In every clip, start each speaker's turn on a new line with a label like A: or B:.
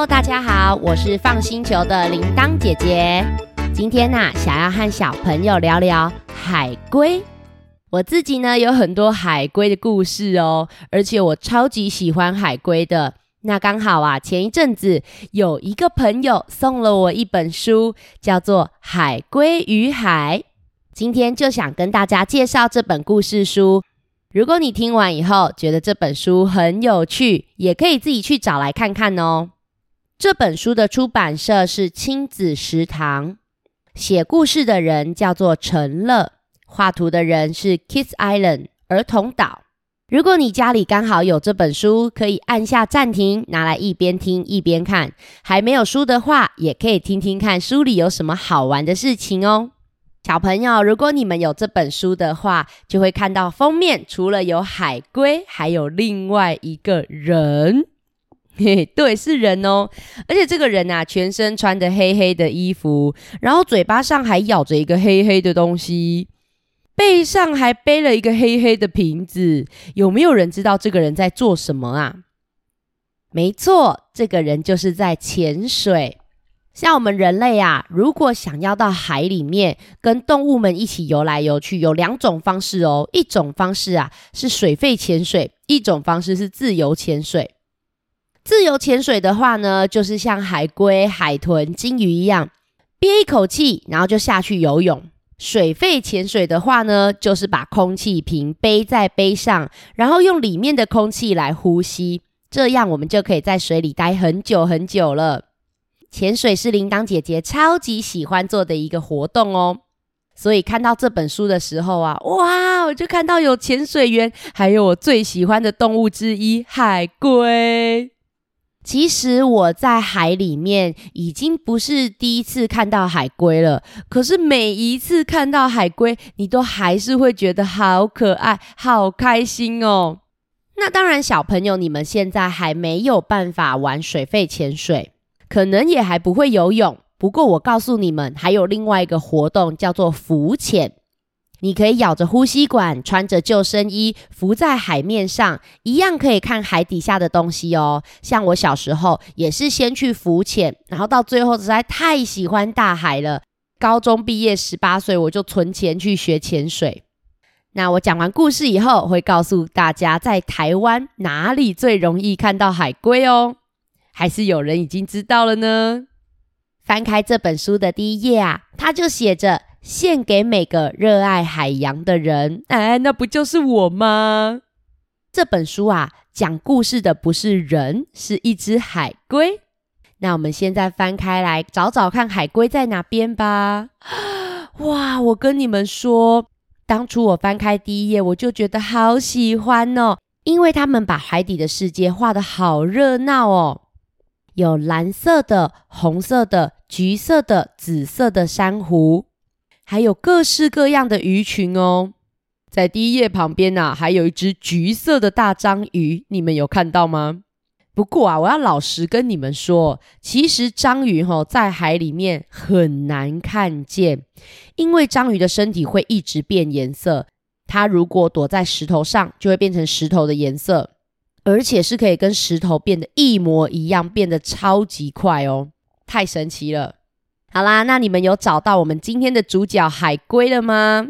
A: Hello， 大家好，我是放星球的铃铛姐姐。今天想要和小朋友聊聊海龟。我自己呢有很多海龟的故事哦，而且我超级喜欢海龟的。那刚好前一阵子有一个朋友送了我一本书，叫做《海龟与海》。今天就想跟大家介绍这本故事书。如果你听完以后觉得这本书很有趣，也可以自己去找来看看哦。这本书的出版社是亲子食堂，写故事的人叫做陈乐，画图的人是 Kids Island 儿童岛。如果你家里刚好有这本书，可以按下暂停，拿来一边听一边看。还没有书的话，也可以听听看书里有什么好玩的事情哦。小朋友，如果你们有这本书的话，就会看到封面除了有海龟，还有另外一个人。对，是人哦。而且这个人全身穿着黑黑的衣服，然后嘴巴上还咬着一个黑黑的东西，背上还背了一个黑黑的瓶子。有没有人知道这个人在做什么啊？没错，这个人就是在潜水。像我们人类如果想要到海里面跟动物们一起游来游去，有两种方式哦。一种方式是水肺潜水，一种方式是自由潜水。自由潜水的话呢，就是像海龟、海豚、金鱼一样，憋一口气，然后就下去游泳。水肺潜水的话呢，就是把空气瓶背在背上，然后用里面的空气来呼吸，这样我们就可以在水里待很久很久了。潜水是铃铛姐姐超级喜欢做的一个活动哦，所以看到这本书的时候哇，我就看到有潜水员，还有我最喜欢的动物之一海龟。其实我在海里面已经不是第一次看到海龟了，可是每一次看到海龟，你都还是会觉得好可爱，好开心哦。那当然，小朋友你们现在还没有办法玩水肺潜水，可能也还不会游泳，不过我告诉你们，还有另外一个活动叫做浮潜。你可以咬着呼吸管，穿着救生衣，浮在海面上，一样可以看海底下的东西哦。像我小时候也是先去浮潜，然后到最后实在太喜欢大海了，高中毕业18岁我就存钱去学潜水。那我讲完故事以后，会告诉大家在台湾哪里最容易看到海龟哦。还是有人已经知道了呢？翻开这本书的第一页它就写着献给每个热爱海洋的人。那不就是我吗？这本书讲故事的不是人，是一只海龟。那我们现在翻开来找找看海龟在哪边吧。哇，我跟你们说，当初我翻开第一页，我就觉得好喜欢哦，因为他们把海底的世界画得好热闹哦。有蓝色的、红色的、橘色的、紫色的珊瑚，还有各式各样的鱼群哦。在第一页旁边还有一只橘色的大章鱼，你们有看到吗？不过我要老实跟你们说，其实章鱼在海里面很难看见，因为章鱼的身体会一直变颜色，它如果躲在石头上，就会变成石头的颜色，而且是可以跟石头变得一模一样，变得超级快哦，太神奇了。好啦，那你们有找到我们今天的主角海龟了吗？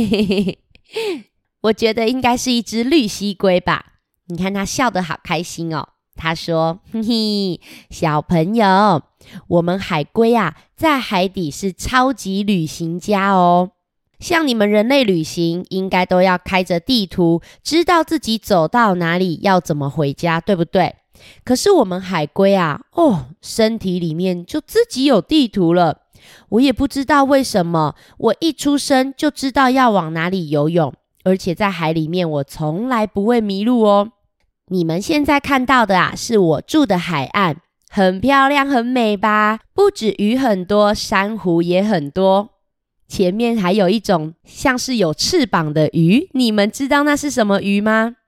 A: 我觉得应该是一只绿蜥龟吧，你看它笑得好开心哦。他说，嘿嘿，小朋友，我们海龟在海底是超级旅行家哦。像你们人类旅行，应该都要开着地图，知道自己走到哪里，要怎么回家，对不对？可是我们海龟身体里面就自己有地图了。我也不知道为什么，我一出生就知道要往哪里游泳，而且在海里面我从来不会迷路哦。你们现在看到的是我住的海岸，很漂亮很美吧？不止鱼很多，珊瑚也很多。前面还有一种像是有翅膀的鱼，你们知道那是什么鱼吗？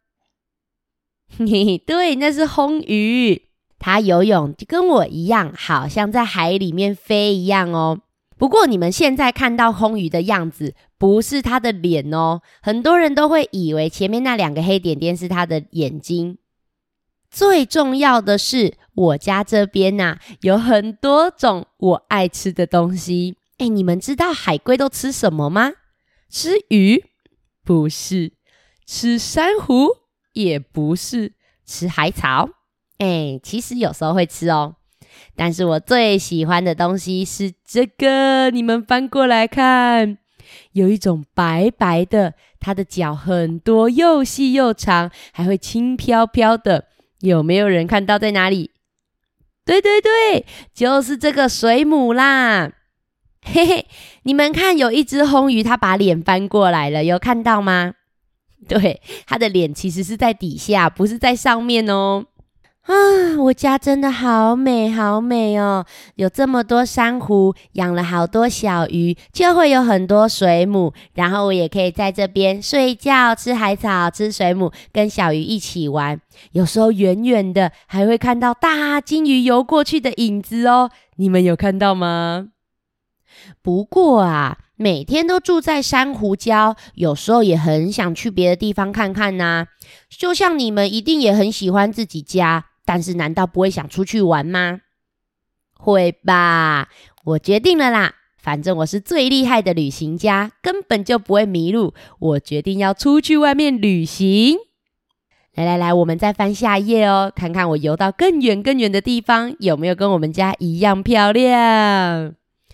A: 对，那是红鱼。它游泳就跟我一样，好像在海里面飞一样哦。不过你们现在看到红鱼的样子，不是它的脸哦，很多人都会以为前面那2个黑点点是它的眼睛。 最重要的是，我家这边有很多种我爱吃的东西。你们知道海龟都吃什么吗？吃鱼？不是。吃珊瑚？也不是。吃海草？其实有时候会吃哦。但是我最喜欢的东西是这个，你们翻过来看，有一种白白的，它的脚很多，又细又长，还会轻飘飘的。有没有人看到在哪里？对对对，就是这个水母啦。嘿嘿，你们看，有一只红鱼，它把脸翻过来了，有看到吗？对，它的脸其实是在底下，不是在上面哦。我家真的好美好美哦，有这么多珊瑚，养了好多小鱼，就会有很多水母，然后我也可以在这边睡觉，吃海草，吃水母，跟小鱼一起玩。有时候远远的还会看到大金鱼游过去的影子哦，你们有看到吗？不过每天都住在珊瑚礁，有时候也很想去别的地方看看呐。就像你们一定也很喜欢自己家，但是难道不会想出去玩吗？会吧，我决定了啦，反正我是最厉害的旅行家，根本就不会迷路。我决定要出去外面旅行。来，我们再翻下一页哦，看看我游到更远更远的地方，有没有跟我们家一样漂亮？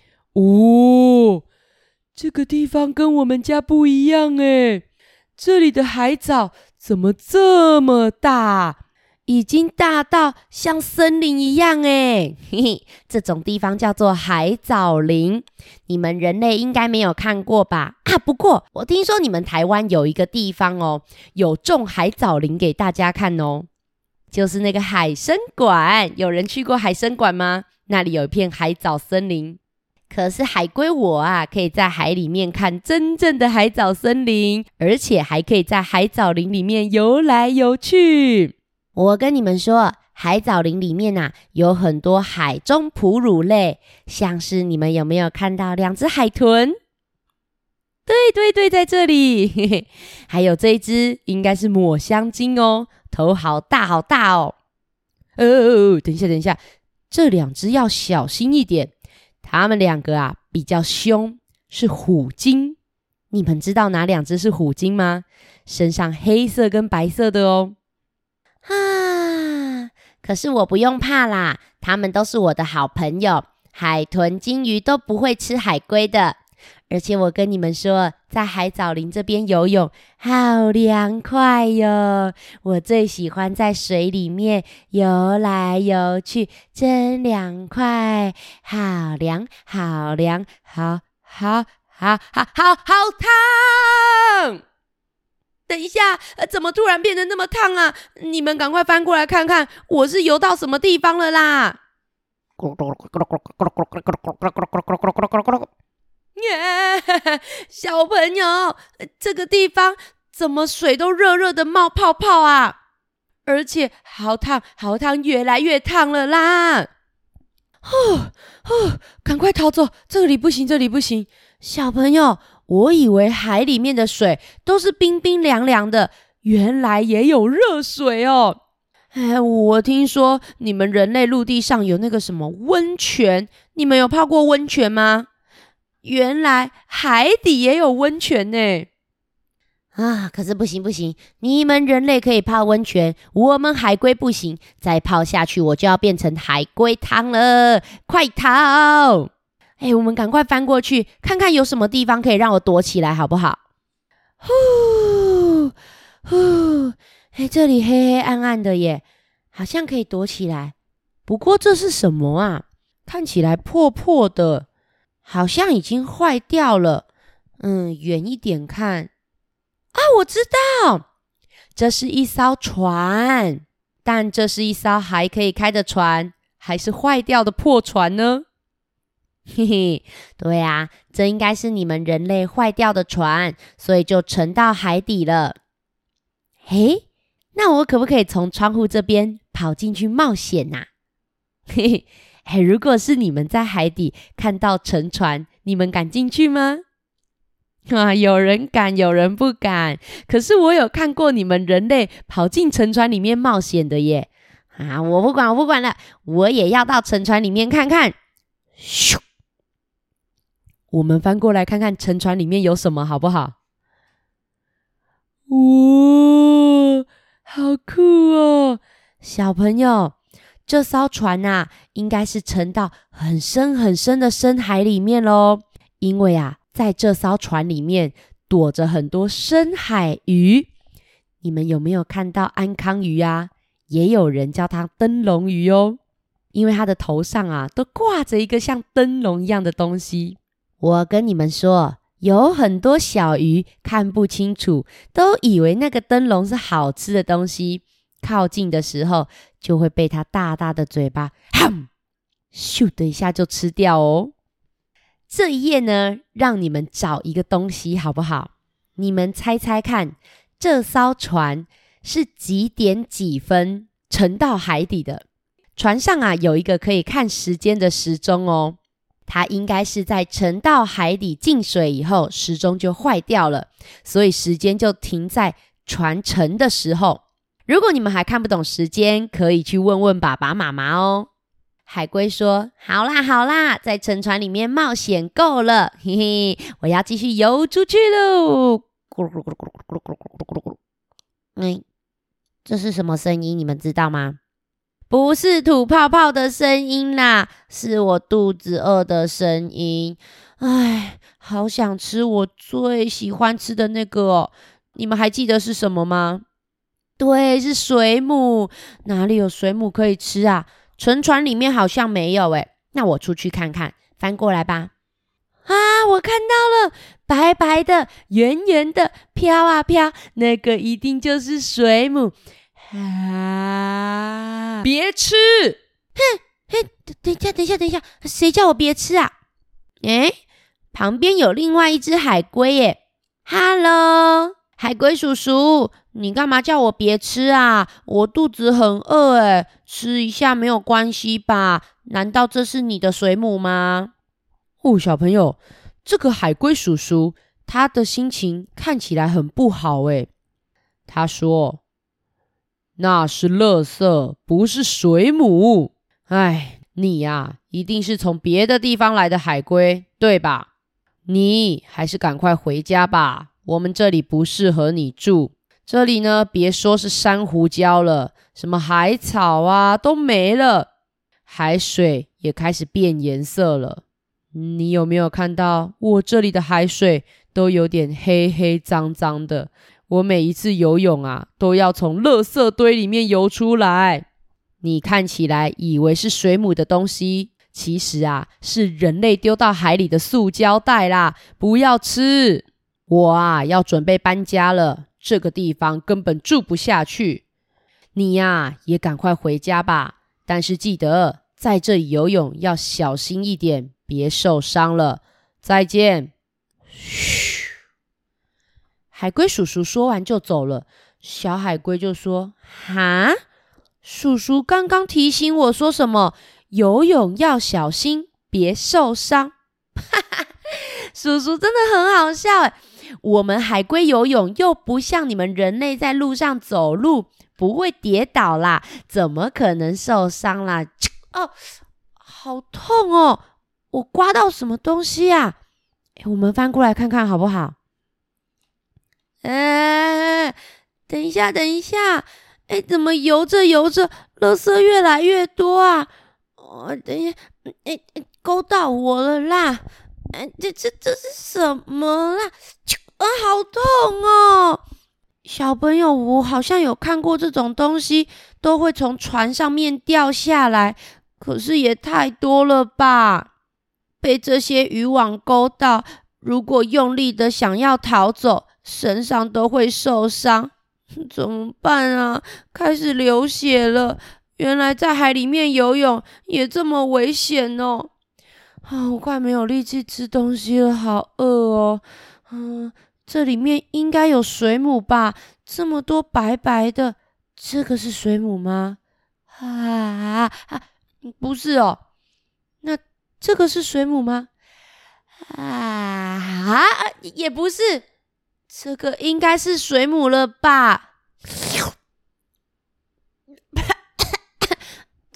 A: 这个地方跟我们家不一样耶，这里的海藻怎么这么大？已经大到像森林一样耶。嘿嘿，这种地方叫做海藻林，你们人类应该没有看过吧？不过我听说你们台湾有一个地方哦，有种海藻林给大家看哦，就是那个海参馆。有人去过海参馆吗？那里有一片海藻森林。可是海龟我可以在海里面看真正的海藻森林，而且还可以在海藻林里面游来游去。我跟你们说，海藻林里面有很多海中哺乳类，像是你们有没有看到2只海豚？对，在这里。嘿嘿，还有这一只应该是抹香鲸哦，头好大好大哦。等一下，这2只要小心一点。他们2个比较凶，是虎鲸。你们知道哪2只是虎鲸吗？身上黑色跟白色的哦。可是我不用怕啦，他们都是我的好朋友。海豚、鲸鱼都不会吃海龟的。而且我跟你们说，在海藻林这边游泳好凉快哟，我最喜欢在水里面游来游去，真凉快，好凉好凉，好烫！等一下，怎么突然变得那么烫啊？你们赶快翻过来看看，我是游到什么地方了啦？小朋友，这个地方怎么水都热热的冒泡泡啊？而且好烫，越来越烫了啦！赶快逃走，这里不行。小朋友，我以为海里面的水都是冰冰凉凉的，原来也有热水哦。我听说你们人类陆地上有那个什么温泉，你们有泡过温泉吗？原来海底也有温泉呢。可是不行，你们人类可以泡温泉，我们海龟不行，再泡下去我就要变成海龟汤了，快逃！我们赶快翻过去，看看有什么地方可以让我躲起来，好不好？这里黑黑暗暗的耶，好像可以躲起来。不过这是什么啊？看起来破破的，好像已经坏掉了。远一点看。我知道，这是一艘船，但这是一艘还可以开的船，还是坏掉的破船呢？嘿嘿，对啊，这应该是你们人类坏掉的船，所以就沉到海底了。那我可不可以从窗户这边跑进去冒险啊？嘿嘿，如果是你们在海底看到沉船，你们敢进去吗？有人敢，有人不敢。可是我有看过你们人类跑进沉船里面冒险的耶。 啊，我不管了，我也要到沉船里面看看。咻，我们翻过来看看沉船里面有什么好不好？哇，好酷哦！小朋友，这艘船啊，应该是沉到很深很深的深海里面咯。因为啊，在这艘船里面躲着很多深海鱼。你们有没有看到安康鱼啊？也有人叫它灯笼鱼哦，因为它的头上啊都挂着一个像灯笼一样的东西。我跟你们说，有很多小鱼看不清楚，都以为那个灯笼是好吃的东西，靠近的时候就会被它大大的嘴巴咻的一下就吃掉哦。这一页呢，让你们找一个东西好不好？你们猜猜看，这艘船是几点几分沉到海底的？船上啊有一个可以看时间的时钟哦，它应该是在沉到海底进水以后，时钟就坏掉了，所以时间就停在船沉的时候。如果你们还看不懂时间，可以去问问爸爸妈妈哦。海龟说：好啦，在沉船里面冒险够了，嘿嘿，我要继续游出去喽。这是什么声音？你们知道吗？不是吐泡泡的声音啦，是我肚子饿的声音。唉，好想吃我最喜欢吃的那个哦。你们还记得是什么吗？对，是水母。哪里有水母可以吃啊？沉船里面好像没有诶。那我出去看看，翻过来吧。啊，我看到了，白白的，圆圆的，飘啊飘，那个一定就是水母。啊！别吃！等一下，谁叫我别吃啊？旁边有另外一只海龟耶。Hello， 海龟叔叔，你干嘛叫我别吃啊？我肚子很饿耶，吃一下没有关系吧？难道这是你的水母吗？哦，小朋友，这个海龟叔叔他的心情看起来很不好耶。他说：那是垃圾，不是水母。哎，你呀，一定是从别的地方来的海龟，对吧？你还是赶快回家吧，我们这里不适合你住。这里呢，别说是珊瑚礁了，什么海草啊都没了，海水也开始变颜色了。你有没有看到我这里的海水都有点黑黑脏脏的？我每一次游泳啊，都要从垃圾堆里面游出来。你看起来以为是水母的东西，其实啊，是人类丢到海里的塑胶袋啦，不要吃。我啊，要准备搬家了，这个地方根本住不下去。你呀，也赶快回家吧，但是记得在这里游泳要小心一点，别受伤了。再见。嘘。海龟叔叔说完就走了。小海龟就说：哈，叔叔刚刚提醒我说什么？游泳要小心，别受伤。哈哈，叔叔真的很好笑耶。我们海龟游泳又不像你们人类在路上走路，不会跌倒啦，怎么可能受伤啦？哦，好痛哦！我刮到什么东西啊？我们翻过来看看好不好？等一下，怎么游着游着，垃圾越来越多啊？等一下，勾到我了啦！这是什么啦？好痛哦！小朋友，我好像有看过这种东西，都会从船上面掉下来，可是也太多了吧？被这些渔网勾到，如果用力的想要逃走，身上都会受伤，怎么办啊？开始流血了。原来在海里面游泳也这么危险哦！我快没有力气吃东西了，好饿哦。这里面应该有水母吧？这么多白白的，这个是水母吗？不是哦。那这个是水母吗？也不是。这个应该是水母了吧？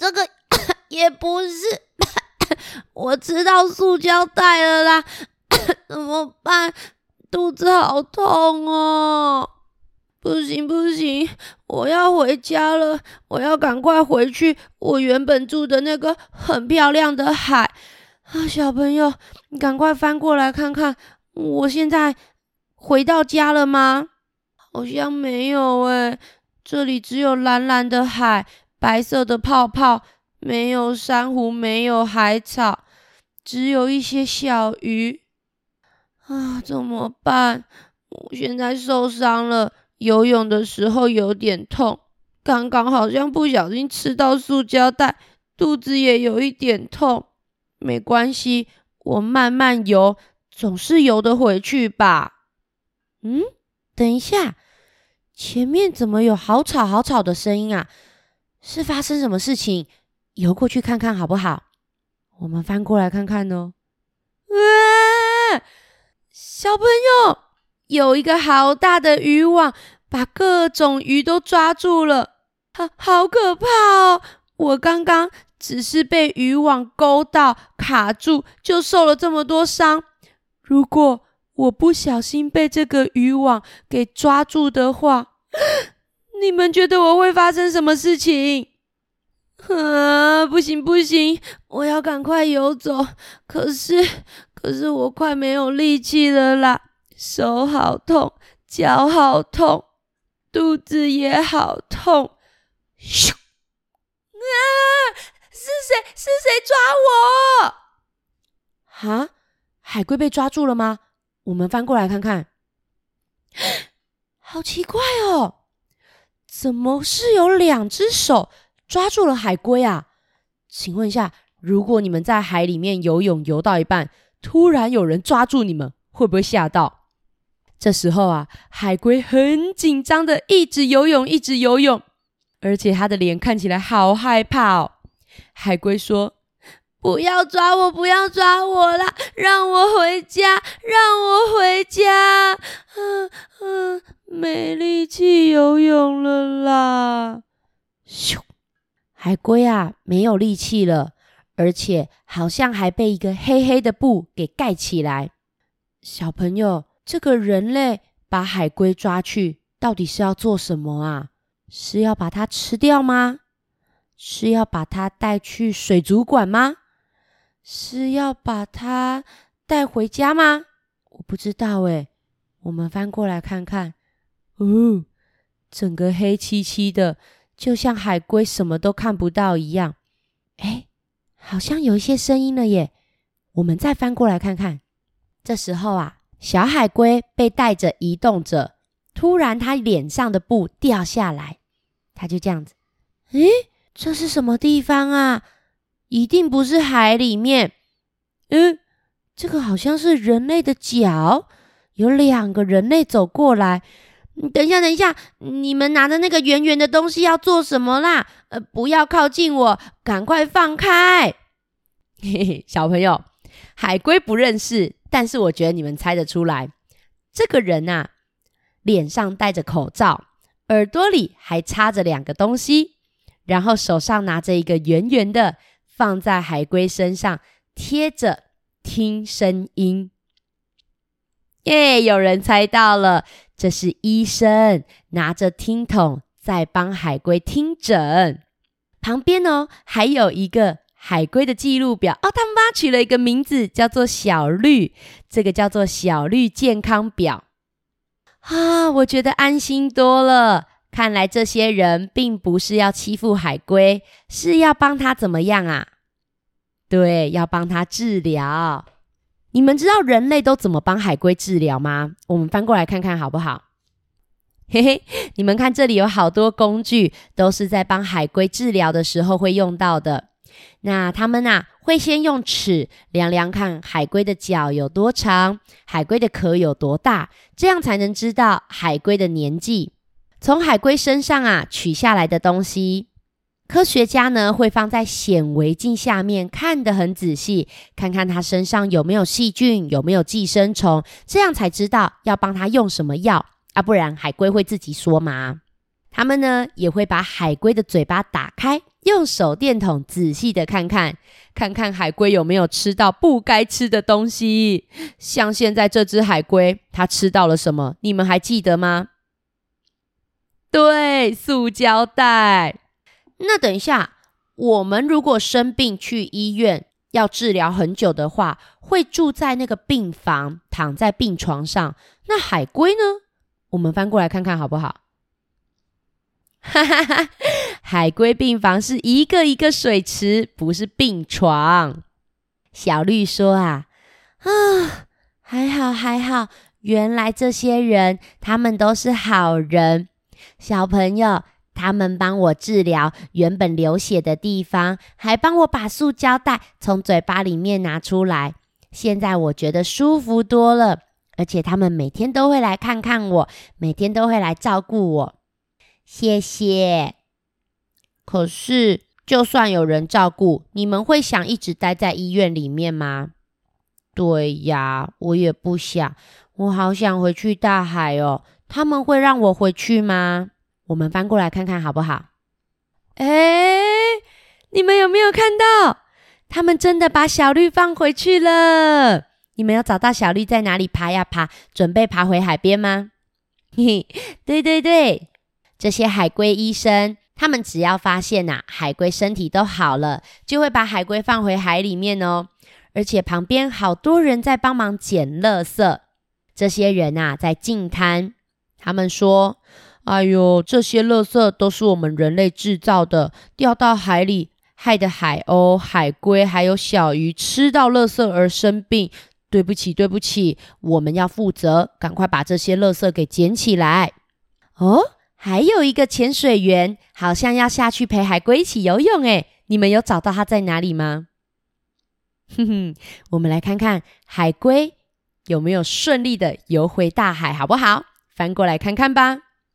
A: 这个也不是，我吃到塑胶袋了啦，怎么办？肚子好痛哦！不行不行，我要回家了，我要赶快回去我原本住的那个很漂亮的海啊！小朋友，你赶快翻过来看看，我现在回到家了吗？好像没有耶，这里只有蓝蓝的海，白色的泡泡，没有珊瑚，没有海草，只有一些小鱼啊！怎么办？我现在受伤了，游泳的时候有点痛，刚刚好像不小心吃到塑胶袋，肚子也有一点痛。没关系，我慢慢游，总是游得回去吧。等一下，前面怎么有好吵好吵的声音啊？是发生什么事情？游过去看看好不好？我们翻过来看看哦。小朋友，有一个好大的渔网，把各种鱼都抓住了，好可怕哦！我刚刚只是被渔网勾到卡住，就受了这么多伤。如果我不小心被这个渔网给抓住的话，你们觉得我会发生什么事情？不行不行，我要赶快游走。可是我快没有力气了啦，手好痛，脚好痛，肚子也好痛。咻！是谁抓我？哈？海龟被抓住了吗？我们翻过来看看。好奇怪哦，怎么是有2只手抓住了海龟啊？请问一下，如果你们在海里面游泳游到一半，突然有人抓住你们，会不会吓到？这时候啊，海龟很紧张的一直游泳，而且他的脸看起来好害怕哦。海龟说：不要抓我，不要抓我啦，让我回家，让我回家。没力气游泳了啦。咻！海龟啊，没有力气了，而且好像还被一个黑黑的布给盖起来。小朋友，这个人类把海龟抓去，到底是要做什么啊？是要把它吃掉吗？是要把它带去水族馆吗？是要把它带回家吗？我不知道耶，我们翻过来看看。整个黑漆漆的，就像海龟什么都看不到一样。好像有一些声音了耶，我们再翻过来看看。这时候啊，小海龟被带着移动着，突然它脸上的布掉下来，它就这样子。这是什么地方啊？一定不是海里面。这个好像是人类的脚，有2个人类走过来。等一下，你们拿的那个圆圆的东西要做什么啦？不要靠近我，赶快放开。嘿嘿，小朋友，海龟不认识，但是我觉得你们猜得出来。这个人啊，脸上戴着口罩，耳朵里还插着2个东西，然后手上拿着一个圆圆的，放在海龟身上，贴着听声音。有人猜到了，这是医生拿着听筒在帮海龟听诊。旁边还有一个海龟的记录表，他们帮它取了一个名字叫做小绿，这个叫做小绿健康表。我觉得安心多了，看来这些人并不是要欺负海龟，是要帮它怎么样啊？对，要帮它治疗。你们知道人类都怎么帮海龟治疗吗？我们翻过来看看好不好？你们看这里有好多工具，都是在帮海龟治疗的时候会用到的。那他们会先用尺量量看海龟的脚有多长，海龟的壳有多大，这样才能知道海龟的年纪。从海龟身上取下来的东西，科学家呢会放在显微镜下面看得很仔细，看看它身上有没有细菌，有没有寄生虫，这样才知道要帮它用什么药不然海龟会自己说嘛。他们呢也会把海龟的嘴巴打开， 用手电筒仔细的看看海龟有没有吃到不该吃的东西。像现在这只海龟，它吃到了什么？你们还记得吗？对，塑胶袋。那等一下，我们如果生病去医院要治疗很久的话，会住在那个病房，躺在病床上。那海龟呢？我们翻过来看看好不好？哈哈哈，海龟病房是一个一个水池，不是病床。小绿说还好，原来这些人他们都是好人。小朋友，他们帮我治疗原本流血的地方，还帮我把塑胶袋从嘴巴里面拿出来。现在我觉得舒服多了，而且他们每天都会来看看我，每天都会来照顾我。谢谢。可是，就算有人照顾，你们会想一直待在医院里面吗？对呀，我也不想。我好想回去大海哦。他们会让我回去吗？我们翻过来看看好不好？你们有没有看到？他们真的把小绿放回去了。你们有找到小绿在哪里爬呀爬，准备爬回海边吗？嘿嘿，对，这些海龟医生，他们只要发现海龟身体都好了，就会把海龟放回海里面哦。而且旁边好多人在帮忙捡垃圾。这些人在净滩，他们说，哎呦，这些垃圾都是我们人类制造的，掉到海里，害得海鸥、海龟还有小鱼吃到垃圾而生病。对不起，我们要负责，赶快把这些垃圾给捡起来。还有一个潜水员，好像要下去陪海龟一起游泳耶。你们有找到他在哪里吗？我们来看看海龟有没有顺利的游回大海，好不好？翻过来看看吧。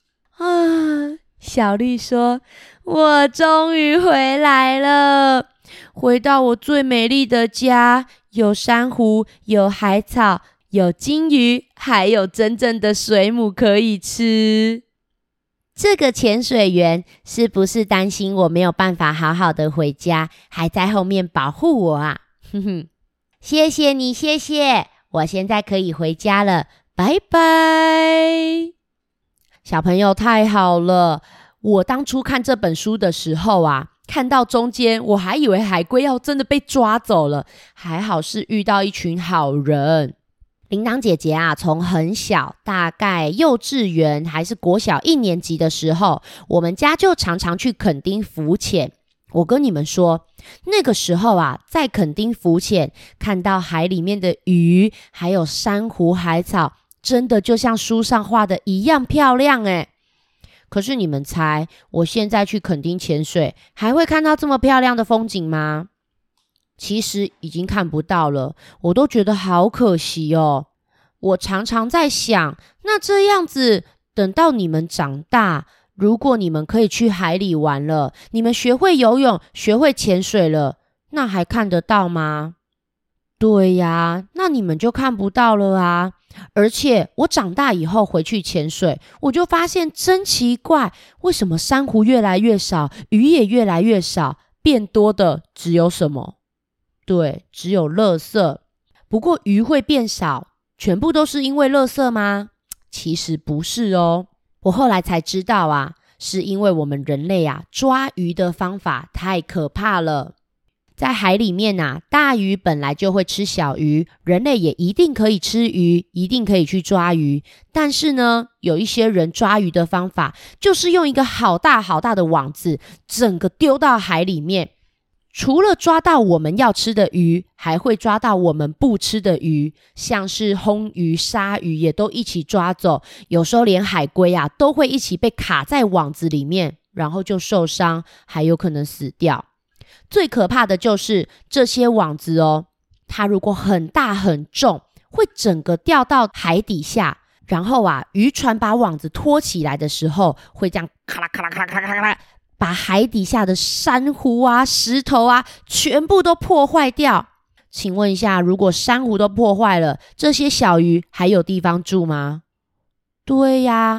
A: 小绿说，我终于回来了，回到我最美丽的家，有珊瑚，有海草，有金鱼，还有真正的水母可以吃。这个潜水员是不是担心我没有办法好好的回家，还在后面保护我啊？谢谢你，谢谢，我现在可以回家了，拜拜。小朋友太好了，我当初看这本书的时候看到中间我还以为海龟要真的被抓走了，还好是遇到一群好人。铃铛姐姐从很小，大概幼稚园还是国小1年级的时候，我们家就常常去垦丁浮潜。我跟你们说，那个时候在垦丁浮潜，看到海里面的鱼，还有珊瑚、海草，真的就像书上画的一样漂亮耶。可是你们猜，我现在去垦丁潜水，还会看到这么漂亮的风景吗？其实已经看不到了，我都觉得好可惜哦。我常常在想，那这样子，等到你们长大，如果你们可以去海里玩了，你们学会游泳，学会潜水了，那还看得到吗？对呀，那你们就看不到了啊。而且我长大以后回去潜水，我就发现真奇怪，为什么珊瑚越来越少，鱼也越来越少，变多的只有什么？对，只有垃圾。不过鱼会变少，全部都是因为垃圾吗？其实不是哦。我后来才知道是因为我们人类抓鱼的方法太可怕了。在海里面大鱼本来就会吃小鱼，人类也一定可以吃鱼，一定可以去抓鱼。但是呢，有一些人抓鱼的方法，就是用一个好大好大的网子，整个丢到海里面。除了抓到我们要吃的鱼，还会抓到我们不吃的鱼，像是红鱼、鲨鱼也都一起抓走。有时候连海龟都会一起被卡在网子里面，然后就受伤，还有可能死掉。最可怕的就是这些网子它如果很大很重，会整个掉到海底下，然后渔船把网子拖起来的时候，会这样咔啦咔啦咔啦咔啦咔啦，把海底下的珊瑚石头全部都破坏掉。请问一下，如果珊瑚都破坏了，这些小鱼还有地方住吗？对呀，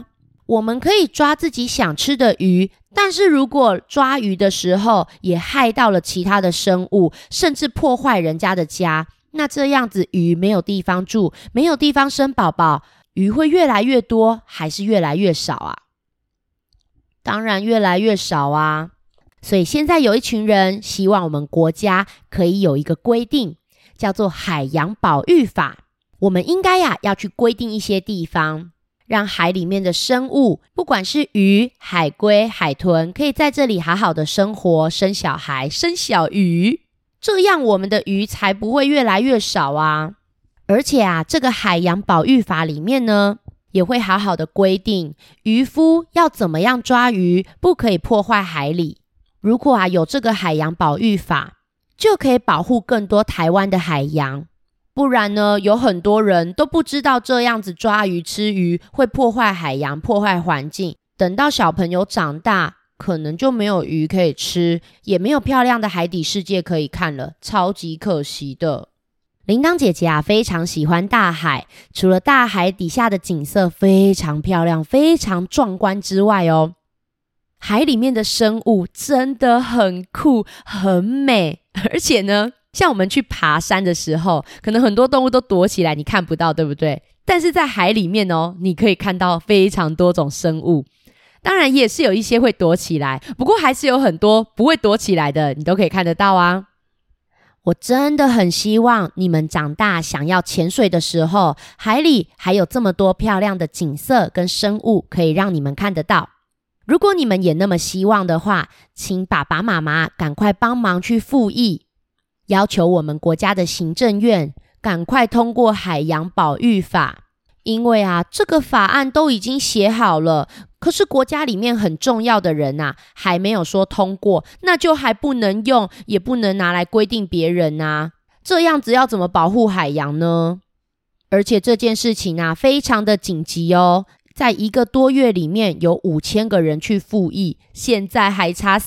A: 我们可以抓自己想吃的鱼，但是如果抓鱼的时候也害到了其他的生物，甚至破坏人家的家，那这样子鱼没有地方住，没有地方生宝宝，鱼会越来越多还是越来越少啊？当然越来越少啊。所以现在有一群人希望我们国家可以有一个规定，叫做海洋保育法。我们应该要去规定一些地方，让海里面的生物，不管是鱼、海龟、海豚，可以在这里好好的生活，生小孩，生小鱼，这样我们的鱼才不会越来越少啊。而且这个海洋保育法里面呢，也会好好的规定渔夫要怎么样抓鱼，不可以破坏海里。如果有这个海洋保育法，就可以保护更多台湾的海洋。不然呢，有很多人都不知道这样子抓鱼吃鱼会破坏海洋，破坏环境。等到小朋友长大，可能就没有鱼可以吃，也没有漂亮的海底世界可以看了，超级可惜的。铃铛姐姐非常喜欢大海，除了大海底下的景色非常漂亮，非常壮观之外海里面的生物真的很酷，很美。而且呢，像我们去爬山的时候，可能很多动物都躲起来，你看不到，对不对？但是在海里面你可以看到非常多种生物。当然也是有一些会躲起来，不过还是有很多不会躲起来的，你都可以看得到啊。我真的很希望你们长大想要潜水的时候，海里还有这么多漂亮的景色跟生物可以让你们看得到。如果你们也那么希望的话，请爸爸妈妈赶快帮忙去复议，要求我们国家的行政院赶快通过海洋保育法。因为这个法案都已经写好了，可是国家里面很重要的人还没有说通过，那就还不能用，也不能拿来规定别人这样子要怎么保护海洋呢？而且这件事情非常的紧急在1个多月里面有5000个人去复议，现在还差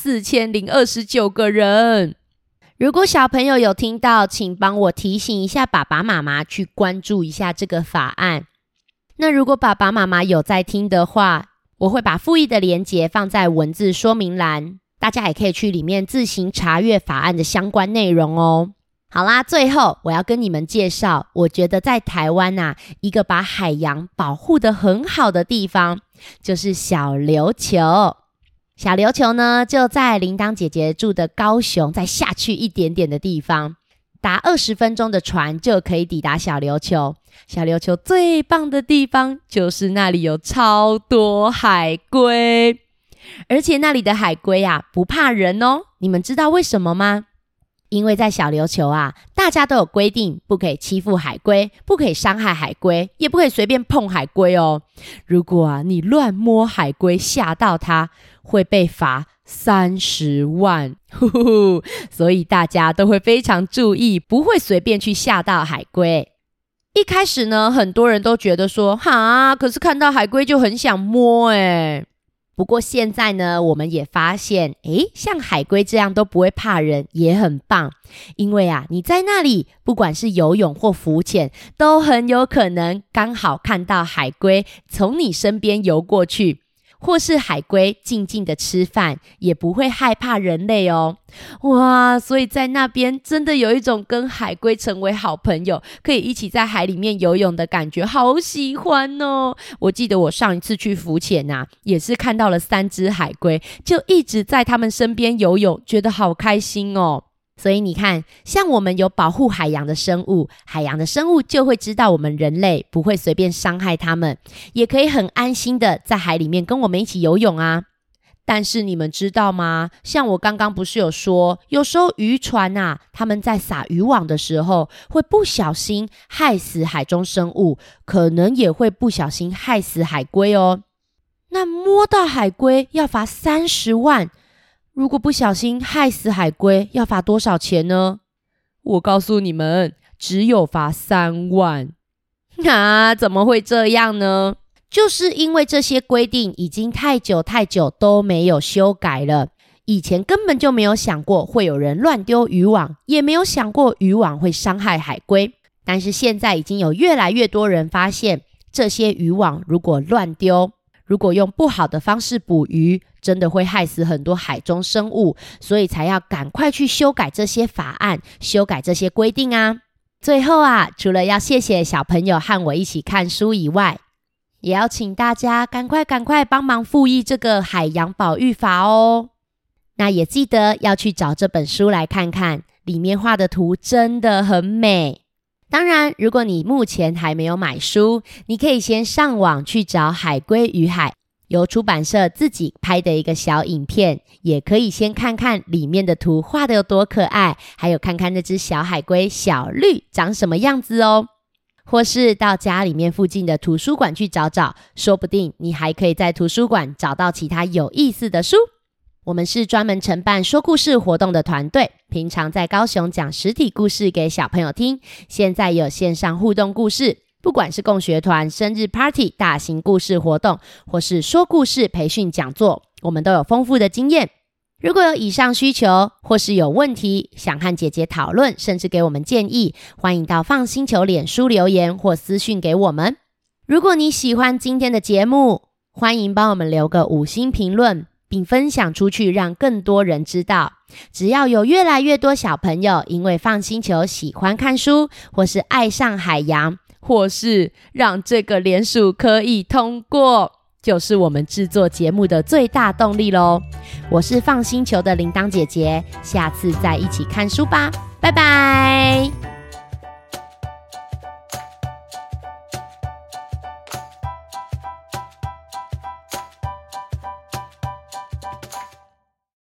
A: 4029个人。如果小朋友有听到，请帮我提醒一下爸爸妈妈去关注一下这个法案。那如果爸爸妈妈有在听的话，我会把复议的连结放在文字说明栏，大家也可以去里面自行查阅法案的相关内容好啦，最后我要跟你们介绍，我觉得在台湾一个把海洋保护得很好的地方，就是小琉球。小琉球呢，就在铃铛姐姐住的高雄再下去一点点的地方，搭20分钟的船就可以抵达小琉球。小琉球最棒的地方就是那里有超多海龟，而且那里的海龟不怕人你们知道为什么吗？因为在小琉球大家都有规定，不可以欺负海龟，不可以伤害海龟，也不可以随便碰海龟如果你乱摸海龟吓到它，会被罚30万所以大家都会非常注意，不会随便去吓到海龟。一开始呢，很多人都觉得说可是看到海龟就很想摸不过现在呢，我们也发现像海龟这样都不会怕人也很棒。因为你在那里不管是游泳或浮潜，都很有可能刚好看到海龟从你身边游过去，或是海龟静静的吃饭，也不会害怕人类哇，所以在那边真的有一种跟海龟成为好朋友，可以一起在海里面游泳的感觉，好喜欢我记得我上一次去浮潜也是看到了3只海龟，就一直在他们身边游泳，觉得好开心所以你看，像我们有保护海洋的生物，海洋的生物就会知道我们人类不会随便伤害它们，也可以很安心的在海里面跟我们一起游泳但是你们知道吗？像我刚刚不是有说，有时候渔船他们在撒渔网的时候，会不小心害死海中生物，可能也会不小心害死海龟那摸到海龟要罚30万，如果不小心害死海龟，要罚多少钱呢？我告诉你们，只有罚3万。怎么会这样呢？就是因为这些规定已经太久都没有修改了。以前根本就没有想过会有人乱丢渔网，也没有想过渔网会伤害海龟。但是现在已经有越来越多人发现，这些渔网如果乱丢， 如果用不好的方式捕鱼，真的会害死很多海中生物，所以才要赶快去修改这些法案，修改这些规定啊。最后啊，除了要谢谢小朋友和我一起看书以外，也要请大家赶快帮忙复议这个海洋保育法哦。那也记得要去找这本书来看看，里面画的图真的很美。当然，如果你目前还没有买书，你可以先上网去找《海龟与海》，由出版社自己拍的一个小影片，也可以先看看里面的图画的有多可爱，还有看看那只小海龟小绿长什么样子哦。或是到家里面附近的图书馆去找找，说不定你还可以在图书馆找到其他有意思的书。我们是专门承办说故事活动的团队，平常在高雄讲实体故事给小朋友听，现在有线上互动故事，不管是共学团、生日 party、大型故事活动，或是说故事培训讲座，我们都有丰富的经验。如果有以上需求，或是有问题想和姐姐讨论，甚至给我们建议，欢迎到放星球脸书留言或私讯给我们。如果你喜欢今天的节目，欢迎帮我们留个5星评论，并分享出去，让更多人知道。只要有越来越多小朋友因为放星球喜欢看书，或是爱上海洋，或是让这个联署可以通过，就是我们制作节目的最大动力咯。我是放星球的铃铛姐姐，下次再一起看书吧，拜拜。